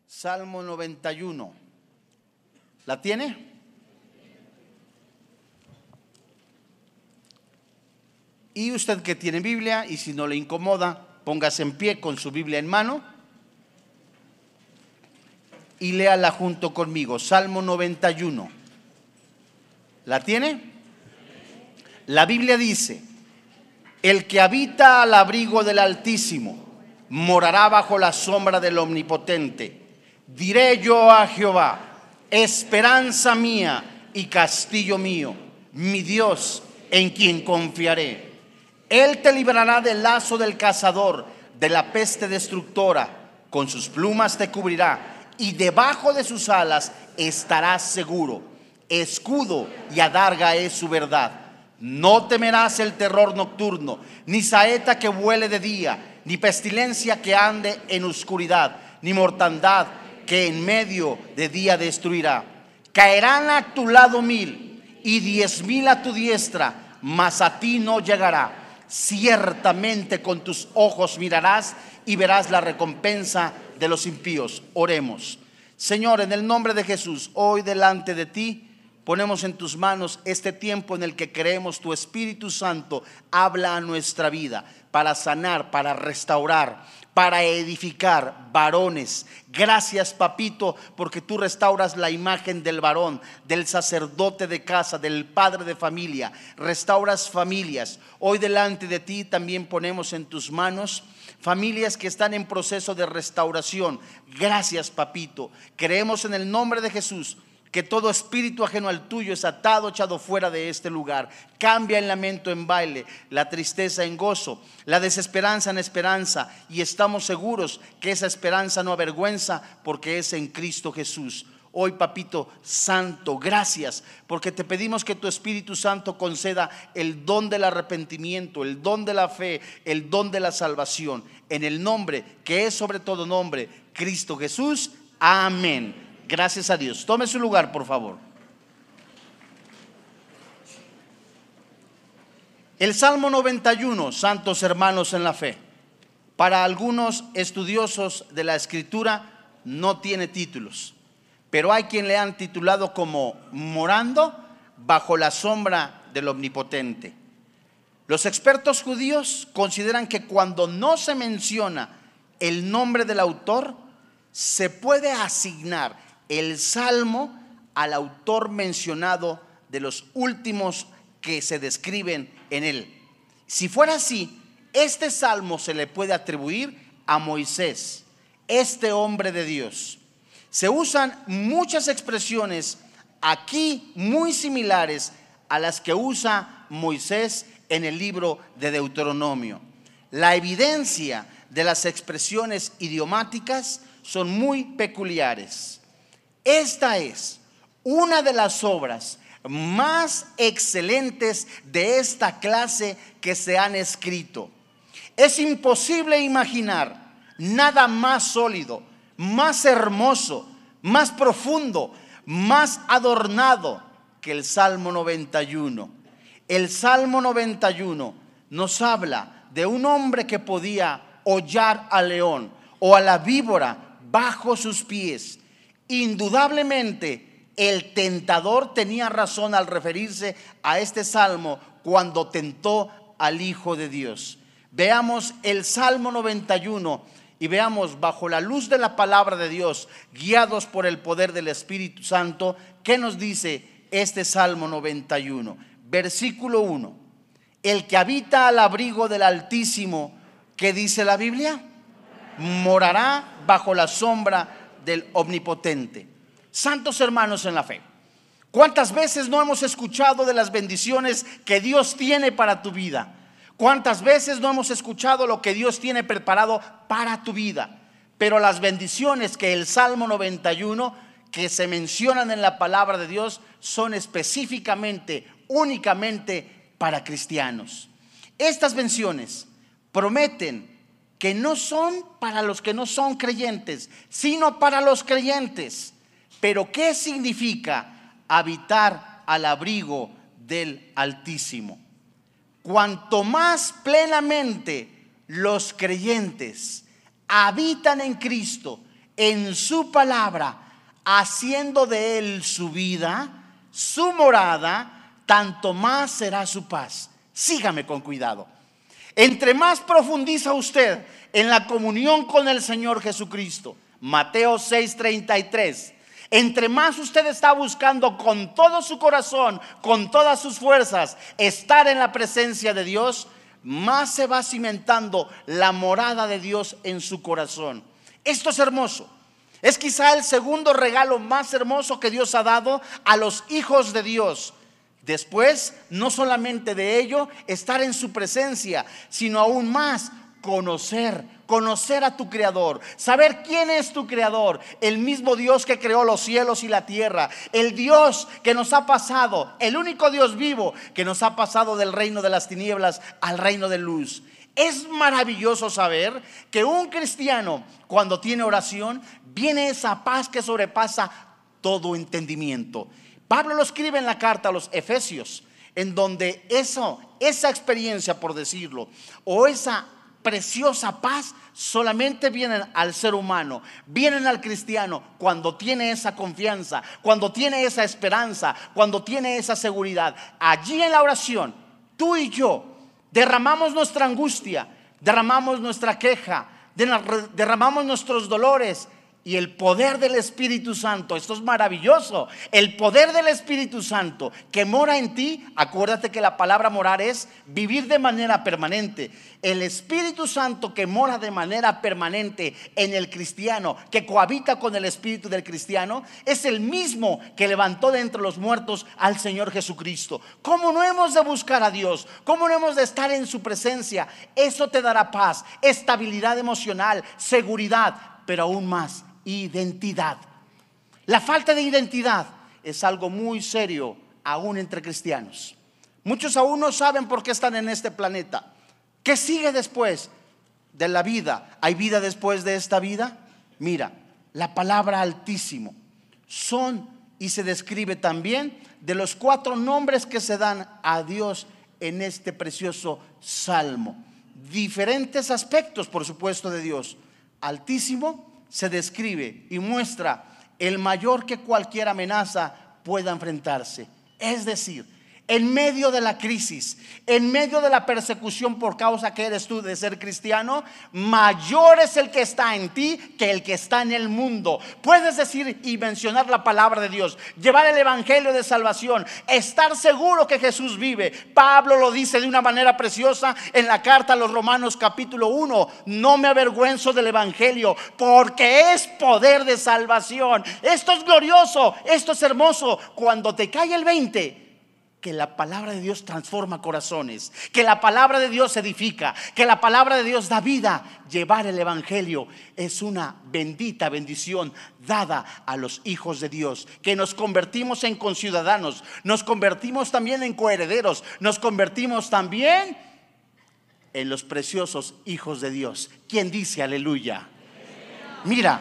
Salmo 91. ¿La tiene? Y usted que tiene Biblia, y si no le incomoda, póngase en pie con su Biblia en mano y léala junto conmigo. Salmo 91. ¿La tiene? La Biblia dice: el que habita al abrigo del Altísimo morará bajo la sombra del Omnipotente. Diré yo a Jehová, esperanza mía y castillo mío, mi Dios en quien confiaré. Él te librará del lazo del cazador, de la peste destructora. Con sus plumas te cubrirá y debajo de sus alas estarás seguro. Escudo y adarga es su verdad. No temerás el terror nocturno, ni saeta que vuele de día, ni pestilencia que ande en oscuridad, ni mortandad que en medio de día destruirá. Caerán a tu lado 1000 y 10,000 a tu diestra, mas a ti no llegará. Ciertamente con tus ojos mirarás y verás la recompensa de los impíos. Oremos. Señor, en el nombre de Jesús, hoy delante de ti ponemos en tus manos este tiempo en el que creemos tu Espíritu Santo habla a nuestra vida para sanar, para restaurar, para edificar varones. Gracias, papito, porque tú restauras la imagen del varón, del sacerdote de casa, del padre de familia. Restauras familias. Hoy delante de ti también ponemos en tus manos familias que están en proceso de restauración. Gracias, papito. Creemos en el nombre de Jesús que todo espíritu ajeno al tuyo es atado, echado fuera de este lugar. Cambia el lamento en baile, la tristeza en gozo, la desesperanza en esperanza. Y estamos seguros que esa esperanza no avergüenza, porque es en Cristo Jesús. Hoy, papito santo, gracias, porque te pedimos que tu Espíritu Santo conceda el don del arrepentimiento, el don de la fe, el don de la salvación. En el nombre que es sobre todo nombre, Cristo Jesús. Amén. Gracias a Dios. Tome su lugar, por favor. El Salmo 91, santos hermanos en la fe, para algunos estudiosos de la Escritura no tiene títulos, pero hay quien le han titulado como morando bajo la sombra del Omnipotente. Los expertos judíos consideran que cuando no se menciona el nombre del autor, se puede asignar el salmo al autor mencionado de los últimos que se describen en él. Si fuera así, este salmo se le puede atribuir a Moisés, este hombre de Dios. Se usan muchas expresiones aquí muy similares a las que usa Moisés en el libro de Deuteronomio. La evidencia de las expresiones idiomáticas son muy peculiares. Esta es una de las obras más excelentes de esta clase que se han escrito. Es imposible imaginar nada más sólido, más hermoso, más profundo, más adornado que el Salmo 91. El Salmo 91 nos habla de un hombre que podía hollar al león o a la víbora bajo sus pies. Indudablemente el tentador tenía razón al referirse a este salmo cuando tentó al Hijo de Dios. Veamos el Salmo 91 y veamos, bajo la luz de la palabra de Dios, guiados por el poder del Espíritu Santo, qué nos dice este Salmo 91. Versículo 1. El que habita al abrigo del Altísimo, ¿qué dice la Biblia? Morará bajo la sombra del Omnipotente. Santos hermanos en la fe, ¿cuántas veces no hemos escuchado de las bendiciones que Dios tiene para tu vida? ¿Cuántas veces no hemos escuchado lo que Dios tiene preparado para tu vida? Pero las bendiciones que el Salmo 91 que se mencionan en la palabra de Dios son específicamente, únicamente para cristianos. Estas bendiciones prometen que no son para los que no son creyentes, sino para los creyentes. Pero ¿qué significa habitar al abrigo del Altísimo? Cuanto más plenamente los creyentes habitan en Cristo, en su palabra, haciendo de él su vida, su morada, tanto más será su paz. Sígame con cuidado. Entre más profundiza usted en la comunión con el Señor Jesucristo, Mateo 6:33, entre más usted está buscando con todo su corazón, con todas sus fuerzas, estar en la presencia de Dios, más se va cimentando la morada de Dios en su corazón. Esto es hermoso. Es quizá el segundo regalo más hermoso que Dios ha dado a los hijos de Dios. Después, no solamente de ello, estar en su presencia, sino aún más, conocer a tu Creador, saber quién es tu Creador, el mismo Dios que creó los cielos y la tierra, el Dios que nos ha pasado, el único Dios vivo que nos ha pasado del reino de las tinieblas al reino de luz. Es maravilloso saber que un cristiano, cuando tiene oración, viene esa paz que sobrepasa todo entendimiento. Pablo lo escribe en la carta a los Efesios, en donde esa experiencia, por decirlo, o esa preciosa paz solamente vienen al ser humano, vienen al cristiano cuando tiene esa confianza, cuando tiene esa esperanza, cuando tiene esa seguridad. Allí en la oración, tú y yo derramamos nuestra angustia, derramamos nuestra queja, derramamos nuestros dolores. Y el poder del Espíritu Santo, esto es maravilloso, el poder del Espíritu Santo que mora en ti. Acuérdate que la palabra morar es vivir de manera permanente. El Espíritu Santo que mora de manera permanente en el cristiano, que cohabita con el espíritu del cristiano, es el mismo que levantó de entre los muertos al Señor Jesucristo. ¿Cómo no hemos de buscar a Dios? ¿Cómo no hemos de estar en su presencia? Eso te dará paz, estabilidad emocional, seguridad, pero aún más, identidad. La falta de identidad es algo muy serio aún entre cristianos. Muchos aún no saben por qué están en este planeta. ¿Qué sigue después de la vida? ¿Hay vida después de esta vida? Mira, la palabra Altísimo son y se describe también de los 4 nombres que se dan a Dios en este precioso salmo. Diferentes aspectos, por supuesto, de Dios. Altísimo se describe y muestra el mayor que cualquier amenaza pueda enfrentarse. Es decir, en medio de la crisis, en medio de la persecución por causa que eres tú de ser cristiano, mayor es el que está en ti que el que está en el mundo. Puedes decir y mencionar la palabra de Dios, llevar el evangelio de salvación, estar seguro que Jesús vive. Pablo lo dice de una manera preciosa en la carta a los Romanos capítulo 1: no me avergüenzo del evangelio, porque es poder de salvación. Esto es glorioso, esto es hermoso. Cuando te cae el 20, que la palabra de Dios transforma corazones, que la palabra de Dios edifica, que la palabra de Dios da vida. Llevar el evangelio es una bendita bendición dada a los hijos de Dios, que nos convertimos en conciudadanos, nos convertimos también en coherederos, nos convertimos también en los preciosos hijos de Dios. ¿Quién dice aleluya? Mira,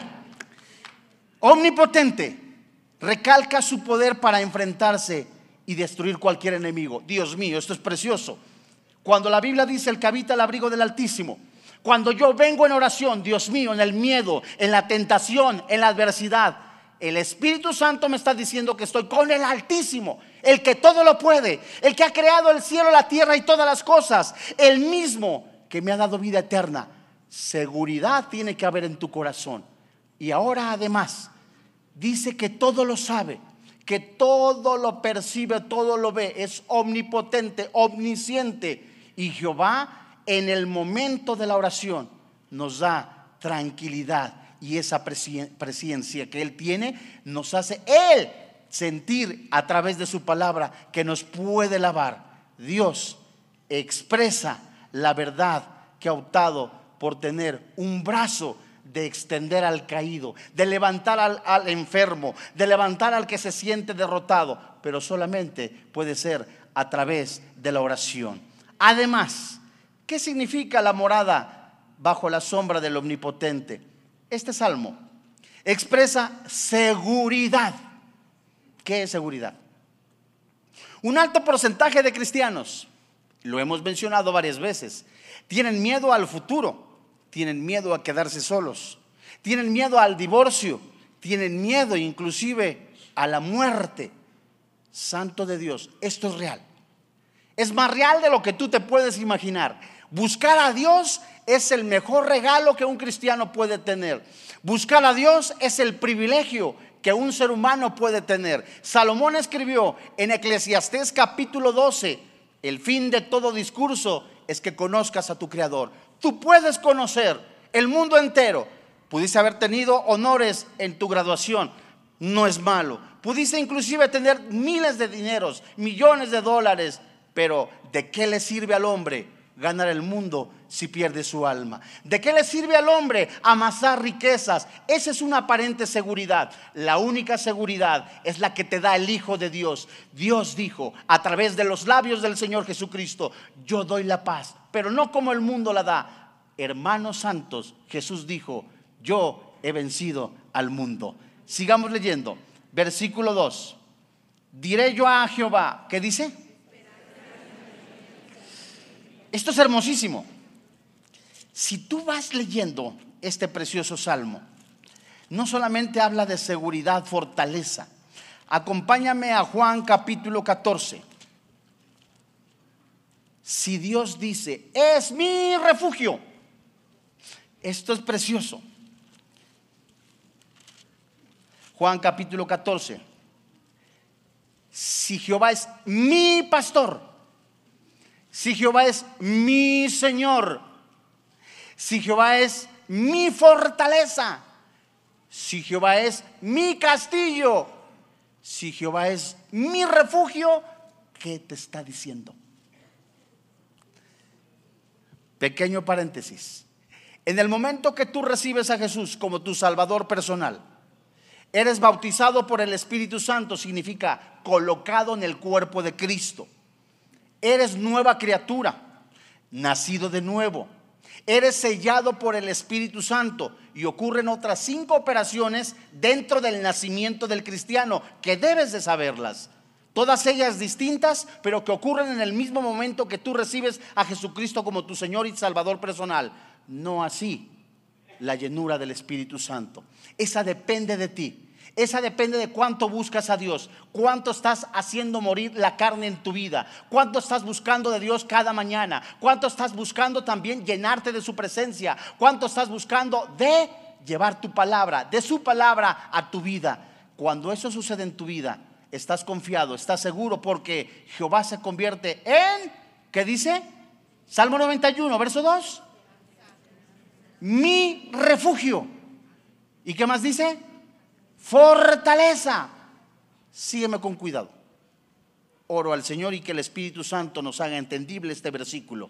omnipotente, recalca su poder para enfrentarse y destruir cualquier enemigo. Dios mío, esto es precioso. Cuando la Biblia dice el que habita el abrigo del Altísimo, cuando yo vengo en oración, Dios mío, en el miedo, en la tentación, en la adversidad, el Espíritu Santo me está diciendo que estoy con el Altísimo, el que todo lo puede, el que ha creado el cielo, la tierra y todas las cosas, el mismo que me ha dado vida eterna. Seguridad tiene que haber en tu corazón. Y ahora además dice que todo lo sabe, que todo lo percibe, todo lo ve, es omnipotente, omnisciente. Y Jehová en el momento de la oración nos da tranquilidad, y esa presencia que Él tiene nos hace Él sentir a través de su palabra que nos puede lavar. Dios expresa la verdad que ha optado por tener un brazo de extender al caído, de levantar al enfermo, de levantar al que se siente derrotado, pero solamente puede ser a través de la oración. Además, ¿qué significa la morada bajo la sombra del Omnipotente? Este salmo expresa seguridad. ¿Qué es seguridad? Un alto porcentaje de cristianos, lo hemos mencionado varias veces, tienen miedo al futuro, tienen miedo a quedarse solos, tienen miedo al divorcio, tienen miedo inclusive a la muerte. Santo de Dios, esto es real. Es más real de lo que tú te puedes imaginar. Buscar a Dios es el mejor regalo que un cristiano puede tener. Buscar a Dios es el privilegio que un ser humano puede tener. Salomón escribió en Eclesiastés capítulo 12: el fin de todo discurso es que conozcas a tu Creador. Tú puedes conocer el mundo entero. Pudiste haber tenido honores en tu graduación, no es malo. Pudiste inclusive tener miles de dineros, millones de dólares, pero ¿de qué le sirve al hombre ganar el mundo si pierde su alma? ¿De qué le sirve al hombre amasar riquezas? Esa es una aparente seguridad. La única seguridad es la que te da el Hijo de Dios. Dios dijo a través de los labios del Señor Jesucristo: yo doy la paz, pero no como el mundo la da. Hermanos santos, Jesús dijo: yo he vencido al mundo. Sigamos leyendo, versículo 2. Diré yo a Jehová, ¿qué dice? Esto es hermosísimo. Si tú vas leyendo este precioso salmo, no solamente habla de seguridad, fortaleza. Acompáñame a Juan capítulo 14. Si Dios dice: es mi refugio, esto es precioso. Juan capítulo 14. Si Jehová es mi pastor, si Jehová es mi Señor, si Jehová es mi fortaleza, si Jehová es mi castillo, si Jehová es mi refugio, ¿qué te está diciendo? Pequeño paréntesis. En el momento que tú recibes a Jesús como tu Salvador personal, eres bautizado por el Espíritu Santo, significa colocado en el cuerpo de Cristo. Eres nueva criatura, nacido de nuevo. Eres sellado por el Espíritu Santo y ocurren otras 5 operaciones dentro del nacimiento del cristiano que debes de saberlas. Todas ellas distintas, pero que ocurren en el mismo momento que tú recibes a Jesucristo como tu Señor y Salvador personal. No así la llenura del Espíritu Santo. Esa depende de ti. Esa depende de cuánto buscas a Dios, cuánto estás haciendo morir la carne en tu vida, cuánto estás buscando de Dios cada mañana, cuánto estás buscando también llenarte de su presencia, cuánto estás buscando de llevar tu palabra, de su palabra a tu vida. Cuando eso sucede en tu vida, estás confiado, estás seguro, porque Jehová se convierte en, ¿qué dice? Salmo 91, verso 2. Mi refugio. ¿Y qué más dice? Fortaleza. Sígueme con cuidado. Oro al Señor y que el Espíritu Santo nos haga entendible este versículo.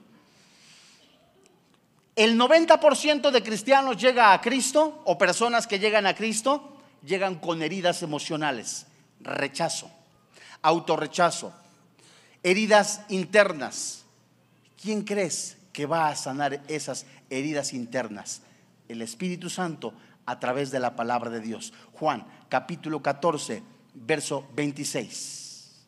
El 90% de cristianos llega a Cristo, o personas que llegan a Cristo, llegan con heridas emocionales, rechazo, autorrechazo, heridas internas. ¿Quién crees que va a sanar esas heridas internas? El Espíritu Santo, a través de la palabra de Dios. Juan capítulo 14, verso 26.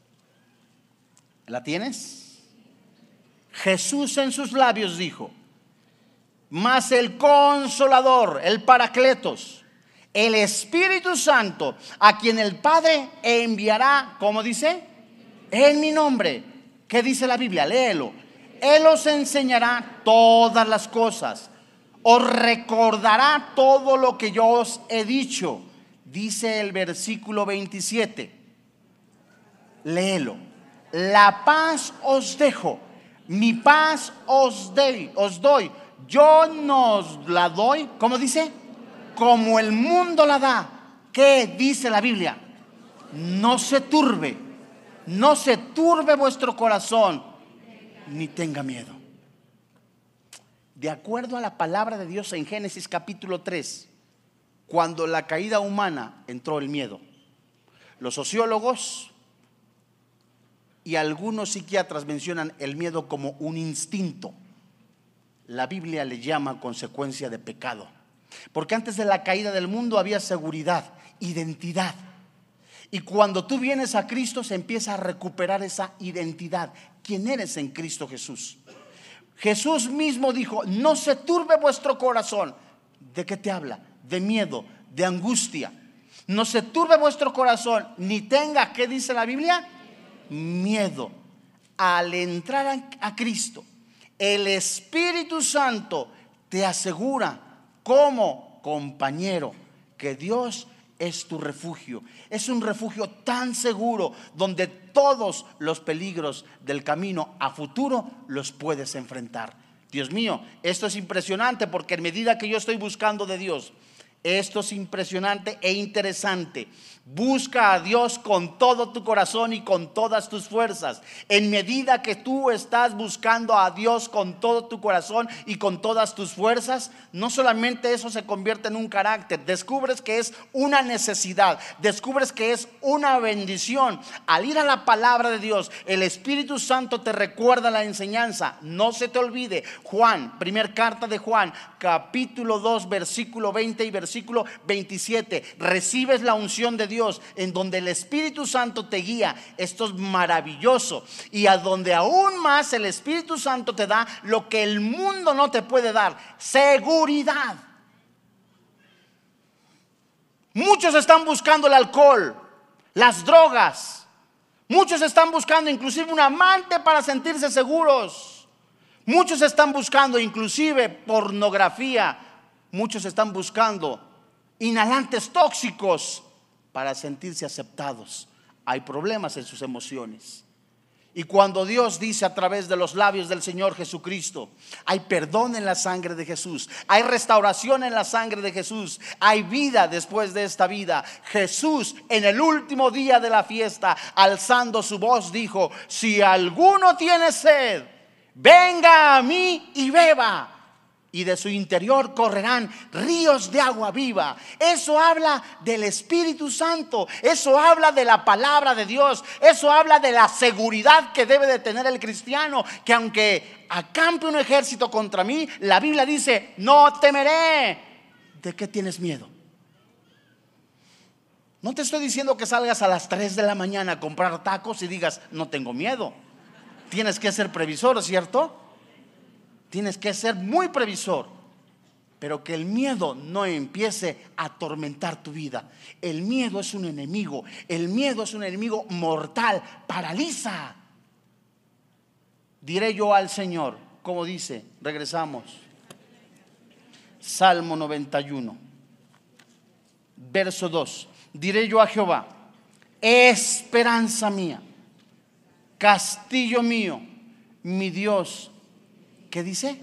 ¿La tienes? Jesús en sus labios dijo: mas el Consolador, el Paracletos, el Espíritu Santo, a quien el Padre enviará, ¿cómo dice? En mi nombre. ¿Qué dice la Biblia? Léelo. Él os enseñará todas las cosas, os recordará todo lo que yo os he dicho. Dice el versículo 27. Léelo. La paz os dejo, mi paz os doy. Yo no os la doy, ¿cómo dice? Como el mundo la da. ¿Qué dice la Biblia? No se turbe vuestro corazón, ni tenga miedo. De acuerdo a la palabra de Dios en Génesis capítulo 3, cuando la caída humana entró el miedo. Los sociólogos y algunos psiquiatras mencionan el miedo como un instinto. La Biblia le llama consecuencia de pecado, porque antes de la caída del mundo había seguridad, identidad. Y cuando tú vienes a Cristo se empieza a recuperar esa identidad. ¿Quién eres en Cristo Jesús? Jesús mismo dijo: no se turbe vuestro corazón. ¿De qué te habla? De miedo, de angustia. No se turbe vuestro corazón, ni tenga, ¿qué dice la Biblia? Miedo. Al entrar a Cristo, el Espíritu Santo te asegura como compañero que Dios es tu refugio. Es un refugio tan seguro donde todos los peligros del camino a futuro los puedes enfrentar. Dios mío, esto es impresionante, porque en medida que yo estoy buscando de Dios, esto es impresionante e interesante. Busca a Dios con todo tu corazón y con todas tus fuerzas. En medida que tú estás buscando a Dios con todo tu corazón y con todas tus fuerzas, no solamente eso se convierte en un carácter, descubres que es una necesidad, descubres que es una bendición. Al ir a la palabra de Dios, el Espíritu Santo te recuerda la enseñanza. No se te olvide, Juan, primer carta de Juan, capítulo 2, versículo 20 y versículo 27. Recibes la unción de Dios, en donde el Espíritu Santo te guía. Esto es maravilloso. Y a donde aún más el Espíritu Santo te da lo que el mundo no te puede dar: seguridad. Muchos están buscando el alcohol, las drogas. Muchos están buscando inclusive un amante para sentirse seguros. Muchos están buscando inclusive pornografía. Muchos están buscando inhalantes tóxicos para sentirse aceptados. Hay problemas en sus emociones. Y cuando Dios dice a través de los labios del Señor Jesucristo, hay perdón en la sangre de Jesús, hay restauración en la sangre de Jesús, hay vida después de esta vida. Jesús, en el último día de la fiesta, alzando su voz, dijo: si alguno tiene sed, venga a mí y beba, y de su interior correrán ríos de agua viva. Eso habla del Espíritu Santo. Eso habla de la palabra de Dios. Eso habla de la seguridad que debe de tener el cristiano, que aunque acampe un ejército contra mí, la Biblia dice: no temeré. ¿De qué tienes miedo? No te estoy diciendo que salgas a las 3 de la mañana a comprar tacos y digas: no tengo miedo. Tienes que ser previsor, ¿cierto? Tienes que ser muy previsor, pero que el miedo no empiece a atormentar tu vida. El miedo es un enemigo. El miedo es un enemigo mortal, paraliza. Diré yo al Señor, como dice, regresamos, Salmo 91, verso 2. Diré yo a Jehová: esperanza mía, castillo mío, mi Dios. ¿Qué dice?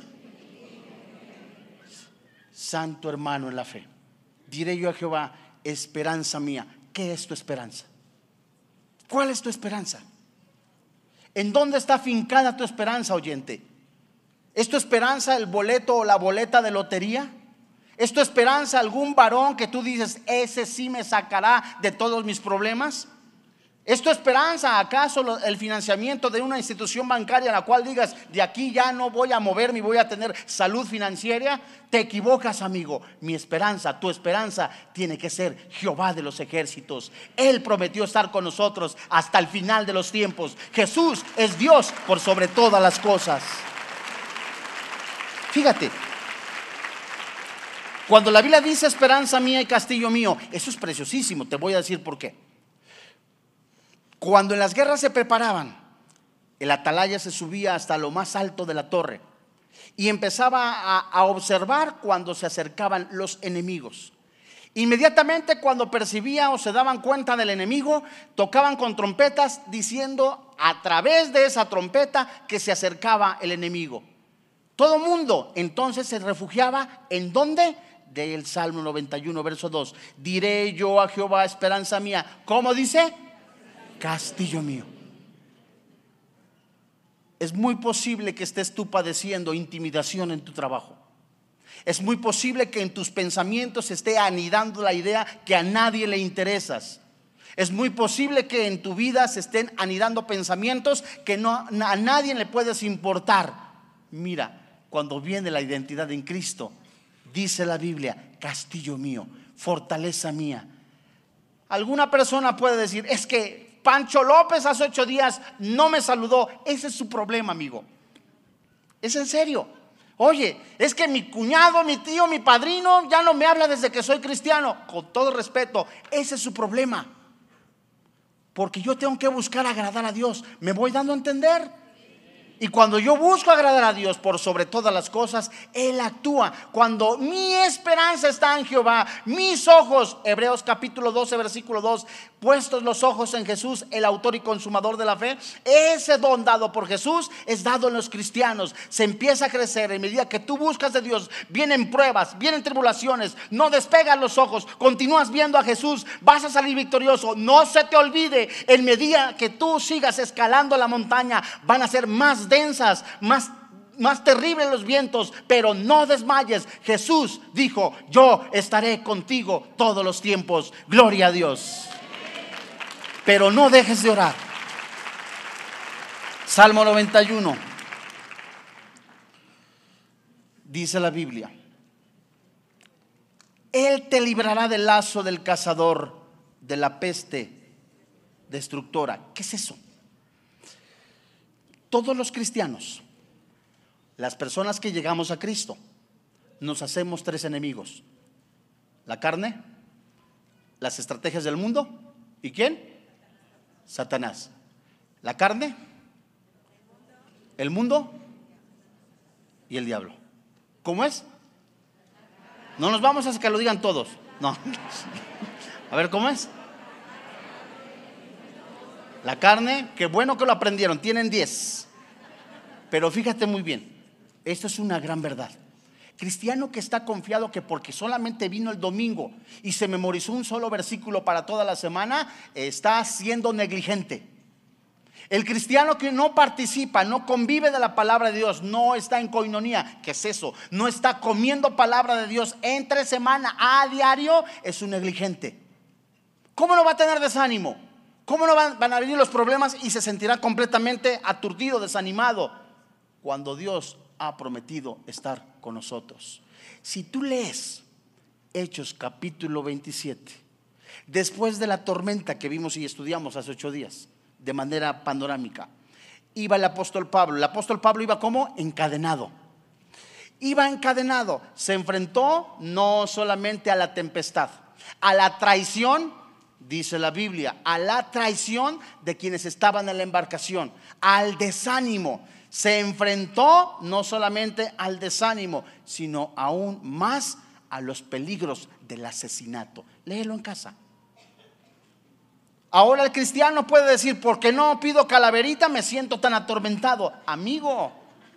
Santo hermano en la fe. Diré yo a Jehová: esperanza mía. ¿Qué es tu esperanza? ¿Cuál es tu esperanza? ¿En dónde está fincada tu esperanza, oyente? ¿Es tu esperanza el boleto o la boleta de lotería? ¿Es tu esperanza algún varón que tú dices: ese sí me sacará de todos mis problemas? ¿Es tu esperanza acaso el financiamiento de una institución bancaria en la cual digas: de aquí ya no voy a moverme y voy a tener salud financiera? Te equivocas, amigo. Mi esperanza, tu esperanza tiene que ser Jehová de los ejércitos. Él prometió estar con nosotros hasta el final de los tiempos. Jesús es Dios por sobre todas las cosas. Fíjate, cuando la Biblia dice esperanza mía y castillo mío, eso es preciosísimo. Te voy a decir por qué. Cuando en las guerras se preparaban, el atalaya se subía hasta lo más alto de la torre y empezaba a observar cuando se acercaban los enemigos. Inmediatamente, cuando percibía o se daban cuenta del enemigo, tocaban con trompetas diciendo a través de esa trompeta que se acercaba el enemigo. Todo mundo entonces se refugiaba ¿en dónde? Del Salmo 91, verso 2. Diré yo a Jehová: esperanza mía. ¿Cómo dice? Castillo mío. Es muy posible que estés tú padeciendo intimidación en tu trabajo. Es muy posible que en tus pensamientos se esté anidando la idea que a nadie le interesas. Es muy posible que en tu vida se estén anidando pensamientos que a nadie le puedes importar. Mira, cuando viene la identidad en Cristo, dice la Biblia: castillo mío, fortaleza mía. Alguna persona puede decir: es que Pancho López hace 8 días no me saludó. Ese es su problema, amigo. Es en serio. Oye, es que mi cuñado, mi tío, mi padrino ya no me habla desde que soy cristiano. Con todo respeto, ese es su problema. Porque yo tengo que buscar agradar a Dios. ¿Me voy dando a entender? Y cuando yo busco agradar a Dios por sobre todas las cosas, Él actúa. Cuando mi esperanza está en Jehová, mis ojos, Hebreos capítulo 12 versículo 2, puestos los ojos en Jesús, el autor y consumador de la fe, ese don dado por Jesús es dado en los cristianos. Se empieza a crecer en medida que tú buscas de Dios. Vienen pruebas, vienen tribulaciones, no despegas los ojos, continúas viendo a Jesús, vas a salir victorioso. No se te olvide, en medida que tú sigas escalando la montaña, van a ser más densas, más terribles los vientos, pero no desmayes. Jesús dijo: yo estaré contigo todos los tiempos. Gloria a Dios. Pero no dejes de orar. Salmo 91. Dice la Biblia: Él te librará del lazo del cazador, de la peste destructora. ¿Qué es eso? Todos los cristianos, las personas que llegamos a Cristo, nos hacemos tres enemigos: la carne, las estrategias del mundo y ¿quién? Satanás. La carne, el mundo y el diablo. ¿Cómo es? No nos vamos a que lo digan todos. No. A ver, ¿cómo es? La carne, qué bueno que lo aprendieron, tienen 10. Pero fíjate muy bien, esto es una gran verdad. Cristiano que está confiado que porque solamente vino el domingo y se memorizó un solo versículo para toda la semana, está siendo negligente. El cristiano que no participa, no convive de la palabra de Dios, no está en coinonía. ¿Qué es eso? No está comiendo palabra de Dios entre semana, a diario, es un negligente. ¿Cómo no va a tener desánimo? ¿Cómo no van a venir los problemas y se sentirá completamente aturdido, desanimado, cuando Dios ha prometido estar con nosotros? Si tú lees Hechos capítulo 27, después de la tormenta que vimos y estudiamos hace 8 días de manera panorámica, iba el apóstol Pablo. El apóstol Pablo iba como encadenado. Iba encadenado, se enfrentó no solamente a la tempestad, a la traición. Dice la Biblia, a la traición de quienes estaban en la embarcación, al desánimo. Se enfrentó no solamente al desánimo, sino aún más a los peligros del asesinato. Léelo en casa. Ahora el cristiano puede decir: ¿por qué no pido calaverita? Me siento tan atormentado. Amigo,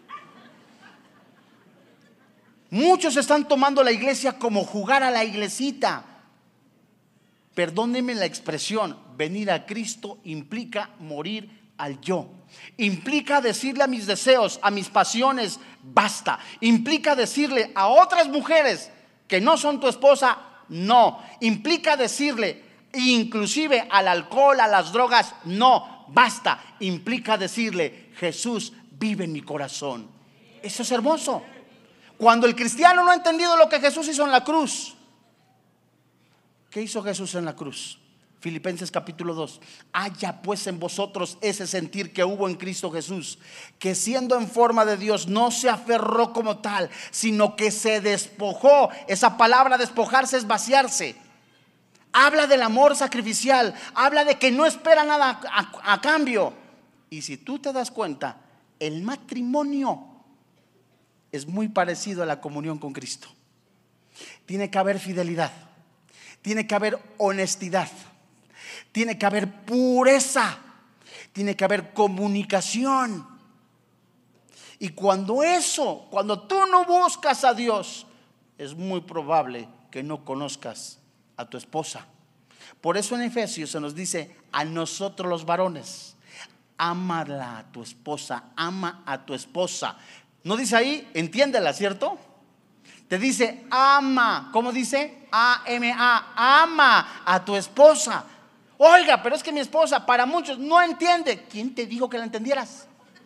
muchos están tomando la iglesia como jugar a la iglesita. Perdónenme la expresión, venir a Cristo implica morir al yo. Implica decirle a mis deseos, a mis pasiones, basta. Implica decirle a otras mujeres que no son tu esposa, no. Implica decirle inclusive al alcohol, a las drogas, no, basta. Implica decirle: Jesús vive en mi corazón. Eso es hermoso. Cuando el cristiano no ha entendido lo que Jesús hizo en la cruz. ¿Qué hizo Jesús en la cruz? Filipenses capítulo 2. Haya pues en vosotros ese sentir que hubo en Cristo Jesús, que siendo en forma de Dios no se aferró como tal, sino que se despojó. Esa palabra despojarse es vaciarse. Habla del amor sacrificial, habla de que no espera nada a cambio. Y si tú te das cuenta, el matrimonio es muy parecido a la comunión con Cristo. Tiene que haber fidelidad. Tiene que haber honestidad, tiene que haber pureza, tiene que haber comunicación. Y cuando tú no buscas a Dios, es muy probable que no conozcas a tu esposa. Por eso en Efesios se nos dice a nosotros los varones: ámala a tu esposa, ama a tu esposa. No dice ahí, entiéndela, ¿cierto? Te dice ama. ¿Cómo dice? A-M-A. Ama a tu esposa. Oiga, pero es que mi esposa para muchos no entiende. ¿Quién te dijo que la entendieras?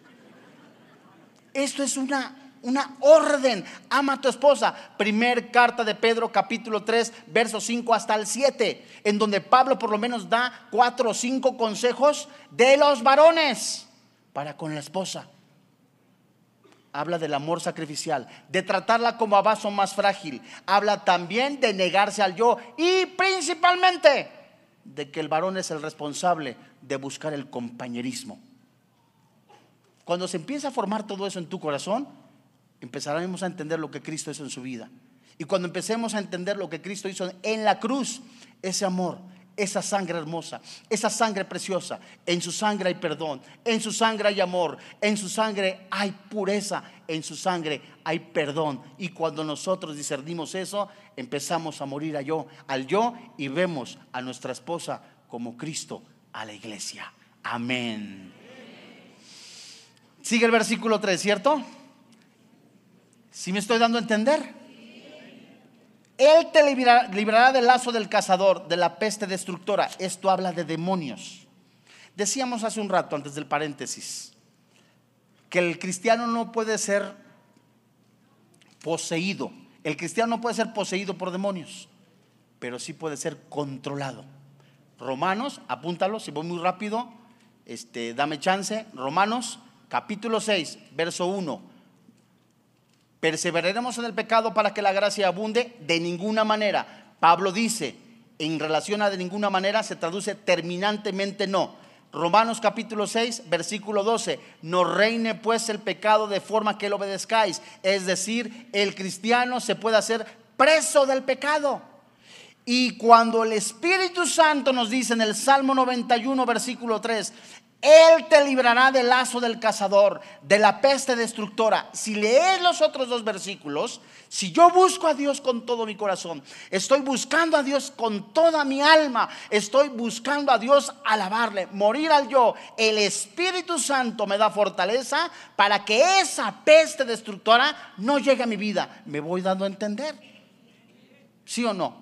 Esto es una orden. Ama a tu esposa. Primer carta de Pedro capítulo 3 versos 5 hasta el 7, en donde Pablo por lo menos da 4 o 5 consejos de los varones para con la esposa. habla del amor sacrificial, de tratarla como a vaso más frágil. Habla también de negarse al yo y principalmente de que el varón es el responsable de buscar el compañerismo. Cuando se empieza a formar todo eso en tu corazón, empezaremos a entender lo que Cristo hizo en su vida. Y cuando empecemos a entender lo que Cristo hizo en la cruz, ese amor, esa sangre hermosa, esa sangre preciosa, en su sangre hay perdón, en su sangre hay amor, en su sangre hay pureza, en su sangre hay perdón. Y cuando nosotros discernimos eso, empezamos a morir al yo y vemos a nuestra esposa como Cristo a la iglesia. Amén. Sigue el versículo 3, ¿cierto? ¿Sí me estoy dando a entender? Él te librará del lazo del cazador, de la peste destructora. Esto habla de demonios. Decíamos hace un rato, antes del paréntesis, que el cristiano no puede ser poseído. El cristiano no puede ser poseído por demonios, pero sí puede ser controlado. Romanos, apúntalo, si voy muy rápido, dame chance. Romanos capítulo 6, verso 1. ¿Perseveraremos en el pecado para que la gracia abunde? De ninguna manera. Pablo dice, en relación a de ninguna manera, se traduce terminantemente no. Romanos capítulo 6, versículo 12. No reine pues el pecado de forma que lo obedezcáis. Es decir, el cristiano se puede hacer preso del pecado. Y cuando el Espíritu Santo nos dice en el Salmo 91, versículo 3, Él te librará del lazo del cazador, de la peste destructora. Si lees los otros dos versículos, si yo busco a Dios con todo mi corazón, estoy buscando a Dios con toda mi alma, estoy buscando a Dios alabarle, morir al yo, el Espíritu Santo me da fortaleza para que esa peste destructora no llegue a mi vida. ¿Me voy dando a entender? ¿Sí o no?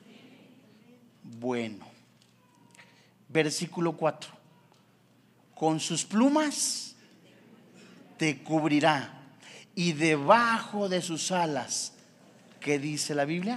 Bueno, versículo 4. Con sus plumas te cubrirá y debajo de sus alas, ¿qué dice la Biblia?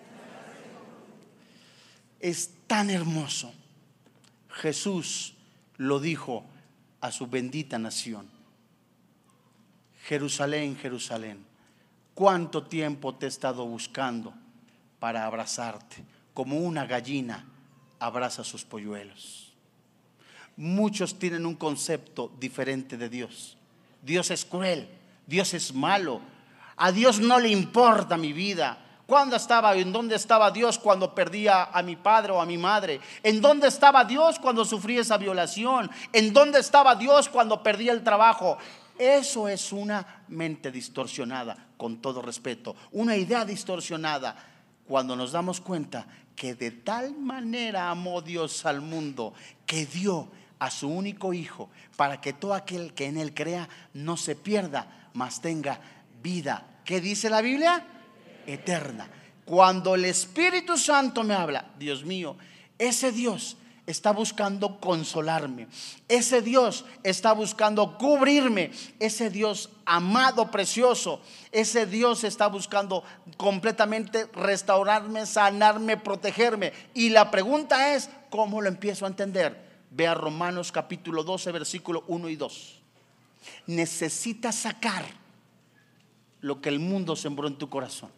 Es tan hermoso. Jesús lo dijo a su bendita nación: Jerusalén, Jerusalén, cuánto tiempo te he estado buscando para abrazarte, como una gallina abraza a sus polluelos. Muchos tienen un concepto diferente de Dios. Dios es cruel, Dios es malo, a Dios no le importa mi vida. ¿En dónde estaba Dios cuando perdía a mi padre o a mi madre? ¿En dónde estaba Dios cuando sufrí esa violación? ¿En dónde estaba Dios cuando perdí el trabajo? Eso es una mente distorsionada, con todo respeto, una idea distorsionada. Cuando nos damos cuenta que de tal manera amó Dios al mundo, que dio a su único hijo, para que todo aquel que en él crea no se pierda, mas tenga vida. ¿Qué dice la Biblia? Eterna. Cuando el Espíritu Santo me habla, Dios mío, ese Dios está buscando consolarme, ese Dios está buscando cubrirme, ese Dios amado, precioso, ese Dios está buscando completamente restaurarme, sanarme, protegerme. Y la pregunta es, ¿cómo lo empiezo a entender? Ve a Romanos capítulo 12, versículo 1 y 2. Necesitas sacar lo que el mundo sembró en tu corazón.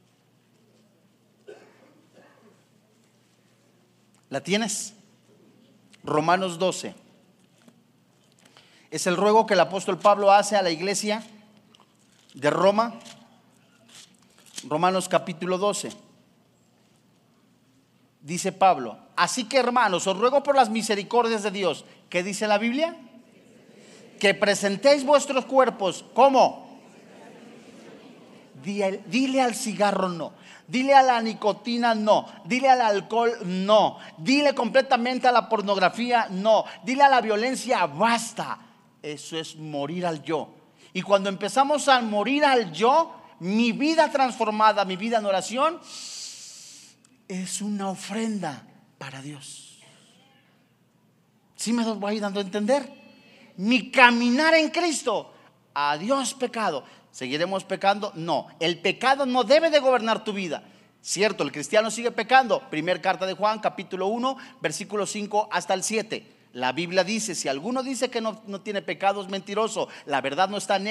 ¿La tienes? Romanos 12. Es el ruego que el apóstol Pablo hace a la iglesia de Roma. Romanos capítulo 12. Dice Pablo: así que, hermanos, os ruego por las misericordias de Dios. ¿Qué dice la Biblia? Que presentéis vuestros cuerpos. ¿Cómo? Dile al cigarro no. Dile a la nicotina no. Dile al alcohol no. Dile completamente a la pornografía no. Dile a la violencia basta. Eso es morir al yo. Y cuando empezamos a morir al yo, mi vida transformada, mi vida en oración, es una ofrenda para Dios. ¿Sí me voy dando a entender? Mi caminar en Cristo. Adiós pecado. ¿Seguiremos pecando? No, el pecado no debe de gobernar tu vida. Cierto, el cristiano sigue pecando. Primer carta de Juan, capítulo 1, versículo 5 hasta el 7. La Biblia dice: si alguno dice que no tiene pecado, es mentiroso, la verdad no está en él.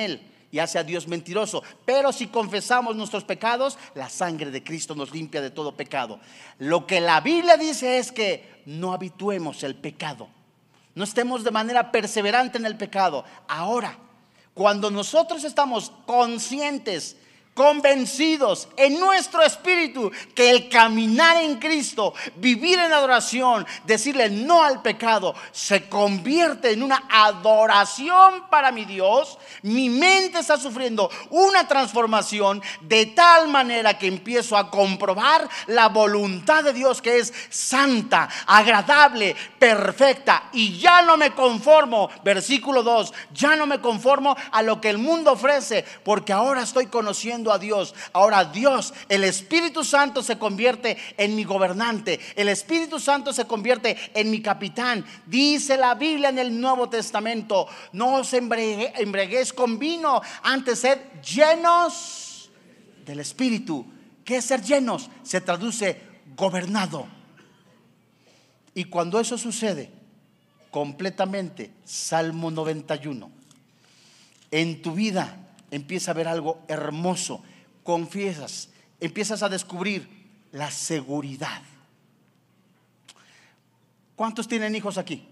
y hace a Dios mentiroso. Pero si confesamos nuestros pecados, la sangre de Cristo nos limpia de todo pecado. Lo que la Biblia dice es que no habituemos el pecado, no estemos de manera perseverante en el pecado. Ahora, cuando nosotros estamos conscientes, convencidos en nuestro espíritu que el caminar en Cristo, vivir en adoración, decirle no al pecado, se convierte en una adoración para mi Dios, mi mente está sufriendo una transformación de tal manera que empiezo a comprobar la voluntad de Dios, que es santa, agradable, perfecta, y ya no me conformo, versículo 2, ya no me conformo a lo que el mundo ofrece, porque ahora estoy conociendo a Dios. Ahora Dios, el Espíritu Santo, se convierte en mi gobernante. El Espíritu Santo se convierte en mi capitán. Dice la Biblia en el Nuevo Testamento: no os embriaguéis con vino, antes sed llenos del Espíritu. ¿Qué es ser llenos? Se traduce gobernado. Y cuando eso sucede completamente, Salmo 91, en tu vida empieza a ver algo hermoso. Confiesas, empiezas a descubrir la seguridad. ¿Cuántos tienen hijos aquí?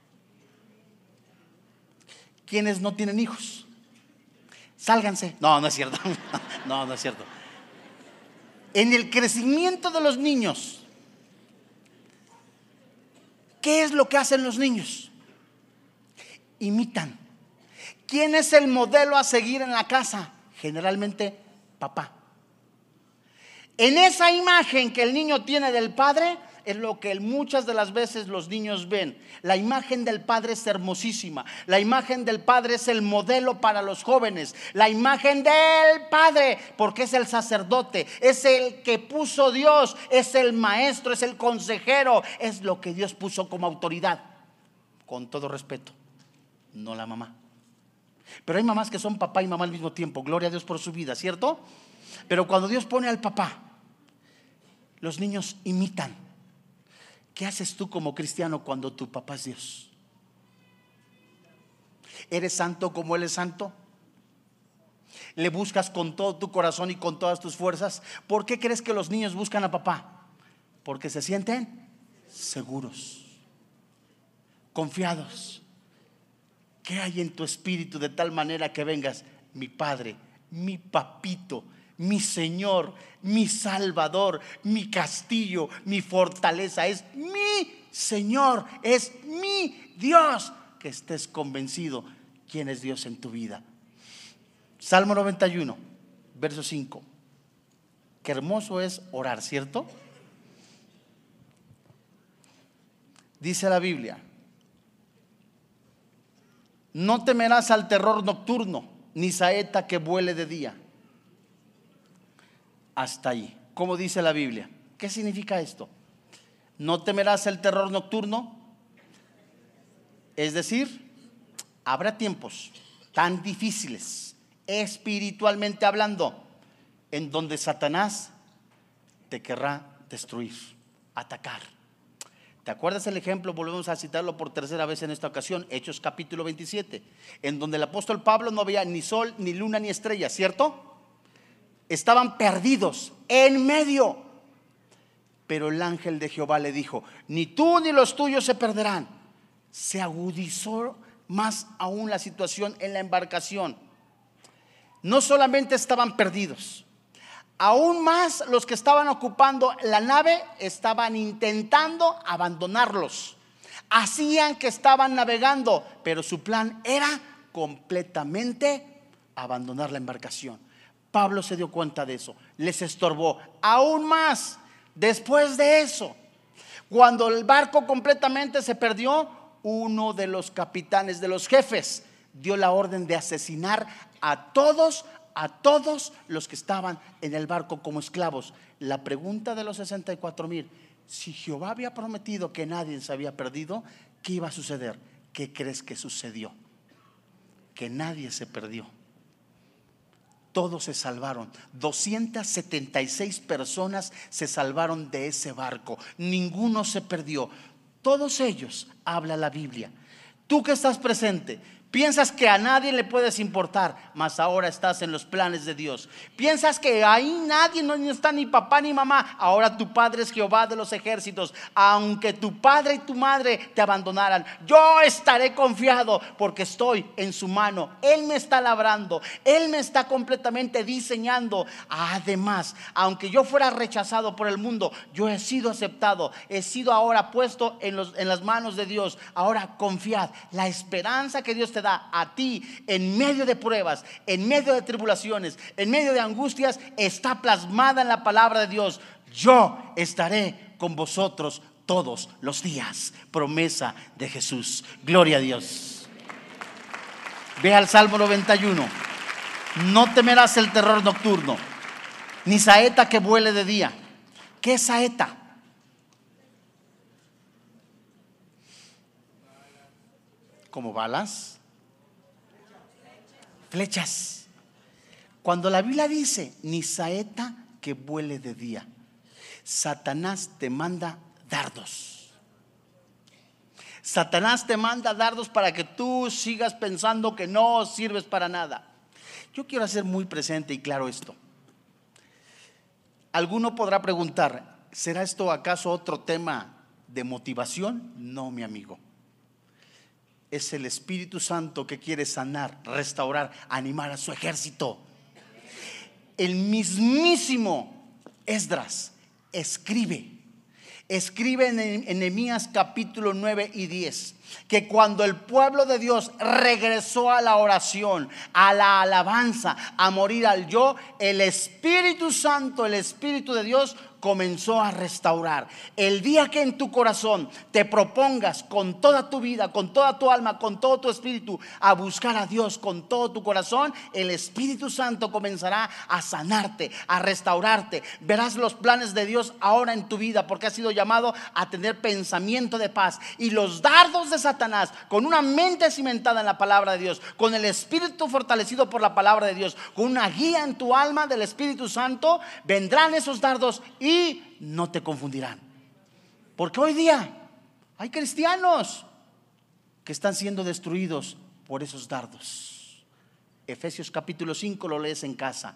¿Quiénes no tienen hijos? Sálganse. No, no es cierto. No, no es cierto. En el crecimiento de los niños, ¿qué es lo que hacen los niños? Imitan. ¿Quién es el modelo a seguir en la casa? Generalmente papá. En esa imagen que el niño tiene del padre es lo que muchas de las veces los niños ven. La imagen del padre es hermosísima. La imagen del padre es el modelo para los jóvenes. La imagen del padre, porque es el sacerdote, es el que puso Dios, es el maestro, es el consejero, es lo que Dios puso como autoridad. Con todo respeto, no la mamá. Pero hay mamás que son papá y mamá al mismo tiempo. Gloria a Dios por su vida, ¿cierto? Pero cuando Dios pone al papá, los niños imitan. ¿Qué haces tú como cristiano cuando tu papá es Dios? ¿Eres santo como Él es santo? ¿Le buscas con todo tu corazón y con todas tus fuerzas? ¿Por qué crees que los niños buscan a papá? Porque se sienten seguros, confiados. ¿Qué hay en tu espíritu de tal manera que vengas? Mi padre, mi papito, mi Señor, mi Salvador, mi castillo, mi fortaleza, es mi Señor, es mi Dios. Que estés convencido quién es Dios en tu vida. Salmo 91, verso 5. Qué hermoso es orar, ¿cierto? Dice la Biblia: no temerás al terror nocturno, ni saeta que vuele de día. Hasta ahí. ¿Cómo dice la Biblia? ¿Qué significa esto? No temerás el terror nocturno. Es decir, habrá tiempos tan difíciles, espiritualmente hablando, en donde Satanás te querrá destruir, atacar. ¿Te acuerdas el ejemplo? Volvemos a citarlo por tercera vez en esta ocasión, Hechos capítulo 27, en donde el apóstol Pablo no veía ni sol, ni luna, ni estrella, ¿cierto? Estaban perdidos en medio. Pero el ángel de Jehová le dijo: ni tú ni los tuyos se perderán. Se agudizó más aún la situación en la embarcación. No solamente estaban perdidos, aún más los que estaban ocupando la nave estaban intentando abandonarlos. Hacían que estaban navegando, pero su plan era completamente abandonar la embarcación. Pablo se dio cuenta de eso, les estorbó. Aún más, después de eso, cuando el barco completamente se perdió, uno de los capitanes, de los jefes, dio la orden de asesinar a todos los que estaban en el barco como esclavos. La pregunta de los 64,000: si Jehová había prometido que nadie se había perdido, ¿qué iba a suceder? ¿Qué crees que sucedió? Que nadie se perdió. Todos se salvaron. 276 personas se salvaron de ese barco. Ninguno se perdió. Todos ellos, habla la Biblia. Tú que estás presente, Piensas que a nadie le puedes importar, mas ahora estás en los planes de Dios. Piensas que ahí nadie, no está ni papá ni mamá. Ahora tu Padre es Jehová de los ejércitos. Aunque tu padre y tu madre te abandonaran, yo estaré confiado porque estoy en su mano. Él me está labrando, Él me está completamente diseñando. Además, aunque yo fuera rechazado por el mundo, yo he sido aceptado, he sido ahora puesto en las manos de Dios. Ahora confiad, la esperanza que Dios te da a ti en medio de pruebas, en medio de tribulaciones, en medio de angustias, está plasmada en la palabra de Dios. Yo estaré con vosotros todos los días. Promesa de Jesús. Gloria a Dios. Ve al Salmo 91. No temerás el terror nocturno, ni saeta que vuele de día. ¿Qué es saeta? ¿Como balas? Flechas. Cuando la Biblia dice ni saeta que vuele de día, Satanás te manda dardos. Satanás te manda dardos para que tú sigas pensando que no sirves para nada. Yo quiero hacer muy presente y claro esto. Alguno podrá preguntar, ¿será esto acaso otro tema de motivación? No, mi amigo. Es el Espíritu Santo que quiere sanar, restaurar, animar a su ejército. El mismísimo Esdras escribe en Nehemías capítulo 9 y 10 que cuando el pueblo de Dios regresó a la oración, a la alabanza, a morir al yo, el Espíritu Santo, el Espíritu de Dios comenzó a restaurar. El día que en tu corazón te propongas con toda tu vida, con toda tu alma, con todo tu espíritu, a buscar a Dios con todo tu corazón, el Espíritu Santo comenzará a sanarte, a restaurarte. Verás los planes de Dios ahora en tu vida, porque has sido llamado a tener pensamiento de paz. Y los dardos de Satanás, con una mente cimentada en la palabra de Dios, con el espíritu fortalecido por la palabra de Dios, con una guía en tu alma del Espíritu Santo, vendrán esos dardos y no te confundirán. Porque hoy día hay cristianos que están siendo destruidos por esos dardos. Efesios capítulo 5 lo lees en casa.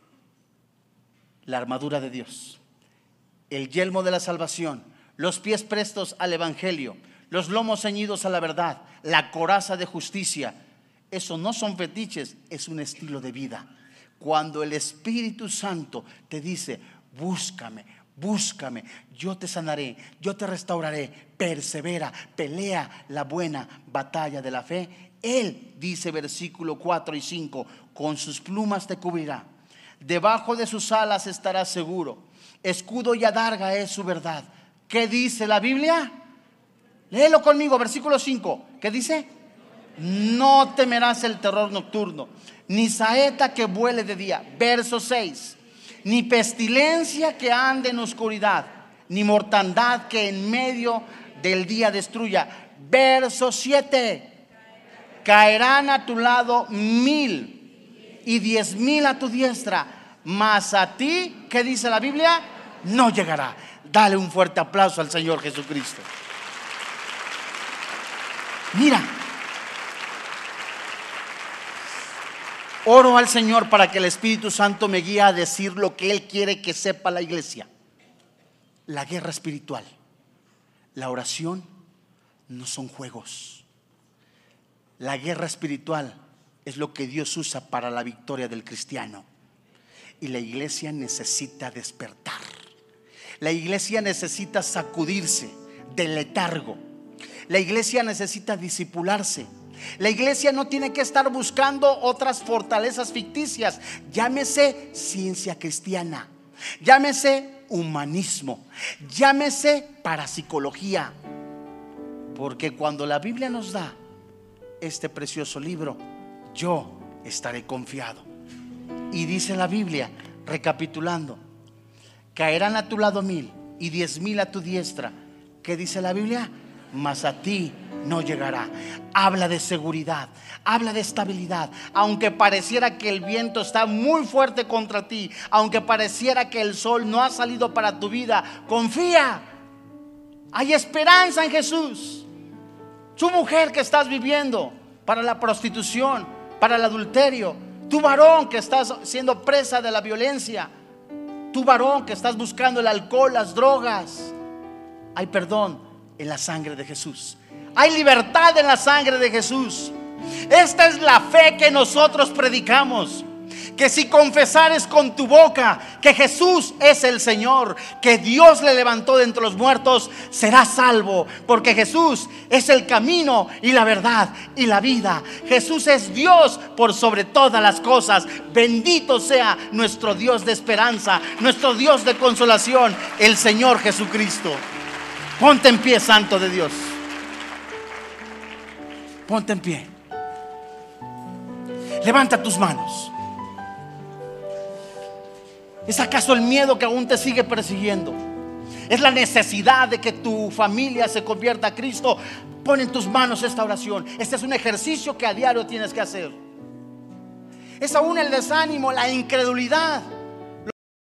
La armadura de Dios, el yelmo de la salvación, los pies prestos al evangelio, los lomos ceñidos a la verdad, la coraza de justicia. Eso no son fetiches, es un estilo de vida. Cuando el Espíritu Santo te dice, búscame, búscame, yo te sanaré, yo te restauraré, persevera, pelea la buena batalla de la fe. Él dice, versículo 4 y 5, con sus plumas te cubrirá, debajo de sus alas estarás seguro, escudo y adarga es su verdad. ¿Qué dice la Biblia? Léelo conmigo, versículo 5. ¿Qué dice? No temerás el terror nocturno, ni saeta que vuele de día. Verso 6. Ni pestilencia que ande en oscuridad, ni mortandad que en medio del día destruya. Verso 7. Caerán a tu lado 1000 y 10,000 a tu diestra, mas a ti, ¿qué dice la Biblia? No llegará. Dale un fuerte aplauso al Señor Jesucristo. Mira, oro al Señor para que el Espíritu Santo me guíe a decir lo que Él quiere que sepa la iglesia. La guerra espiritual, la oración no son juegos. La guerra espiritual es lo que Dios usa para la victoria del cristiano. Y la iglesia necesita despertar. La iglesia necesita sacudirse del letargo. La iglesia necesita disipularse. La iglesia no tiene que estar buscando otras fortalezas ficticias. Llámese ciencia cristiana, llámese humanismo, llámese parapsicología. Porque cuando la Biblia nos da este precioso libro, yo estaré confiado. Y dice la Biblia, recapitulando, caerán a tu lado 1000 y 10,000 a tu diestra. ¿Qué dice la Biblia? Mas a ti no llegará. Habla de seguridad, habla de estabilidad. Aunque pareciera que el viento está muy fuerte contra ti, aunque pareciera que el sol no ha salido para tu vida, confía. Hay esperanza en Jesús. Tu mujer que estás viviendo, para la prostitución, para el adulterio. Tú varón que estás siendo presa de la violencia, tú varón que estás buscando el alcohol, las drogas, hay perdón en la sangre de Jesús. Hay libertad en la sangre de Jesús. Esta es la fe que nosotros predicamos. Que si confesares con tu boca que Jesús es el Señor, que Dios le levantó de entre los muertos, serás salvo. Porque Jesús es el camino y la verdad y la vida. Jesús es Dios por sobre todas las cosas. Bendito sea nuestro Dios de esperanza, nuestro Dios de consolación, el Señor Jesucristo. Ponte en pie, santo de Dios. Ponte en pie. Levanta tus manos. ¿Es acaso el miedo que aún te sigue persiguiendo? ¿Es la necesidad de que tu familia se convierta a Cristo? Pon en tus manos esta oración. Este es un ejercicio que a diario tienes que hacer. Es aún el desánimo, la incredulidad.